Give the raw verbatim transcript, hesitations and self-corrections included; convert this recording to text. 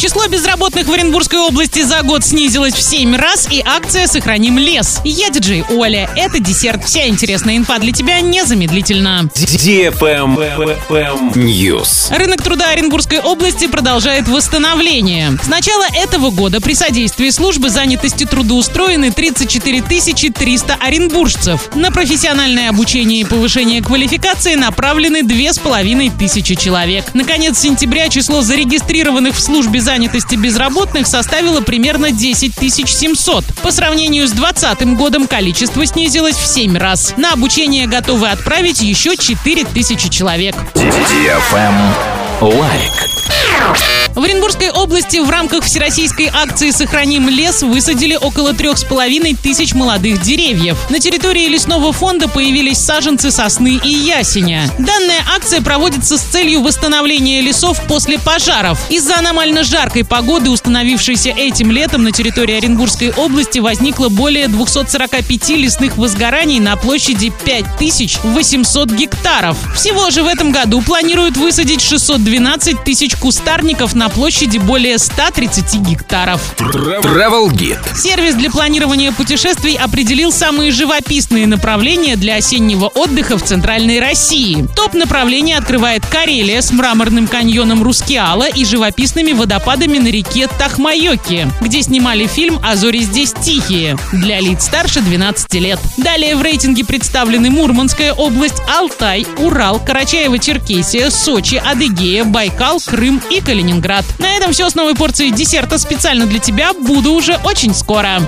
Число безработных в Оренбургской области за год снизилось в семь раз, и акция «Сохраним лес». Я диджей Оля. Это десерт. Вся интересная инфа для тебя незамедлительно. News. Рынок труда Оренбургской области продолжает восстановление. С начала этого года при содействии службы занятости трудоустроены тридцать четыре тысячи триста оренбуржцев. На профессиональное обучение и повышение квалификации направлены две с половиной тысячи человек. На конец сентября число зарегистрированных в службе занятости безработных составило примерно десять тысяч семьсот. По сравнению с двадцатым годом количество снизилось в семь раз. На обучение готовы отправить еще четыре тысячи человек. Лайк. В Оренбургской области в рамках всероссийской акции «Сохраним лес» высадили около трех с половиной тысяч молодых деревьев. На территории лесного фонда появились саженцы сосны и ясеня. Данная акция проводится с целью восстановления лесов после пожаров. Из-за аномально жаркой погоды, установившейся этим летом, на территории Оренбургской области возникло более двухсот сорока пяти лесных возгораний на площади пять тысяч восемьсот гектаров. Всего же в этом году планируют высадить шестьсот двенадцать тысяч кустарников на площади более ста тридцати гектаров. Travel Guide. Сервис для планирования путешествий определил самые живописные направления для осеннего отдыха в Центральной России. Топ-направление открывает Карелия с мраморным каньоном Рускеала и живописными водопадами на реке Тахмайоки, где снимали фильм «А зори здесь тихие» для лиц старше двенадцати лет. Далее в рейтинге представлены Мурманская область, Алтай, Урал, Карачаево-Черкесия, Сочи, Адыгея, Байкал, Крым и Калининград. На этом все с новой порцией десерта специально для тебя. Буду уже очень скоро.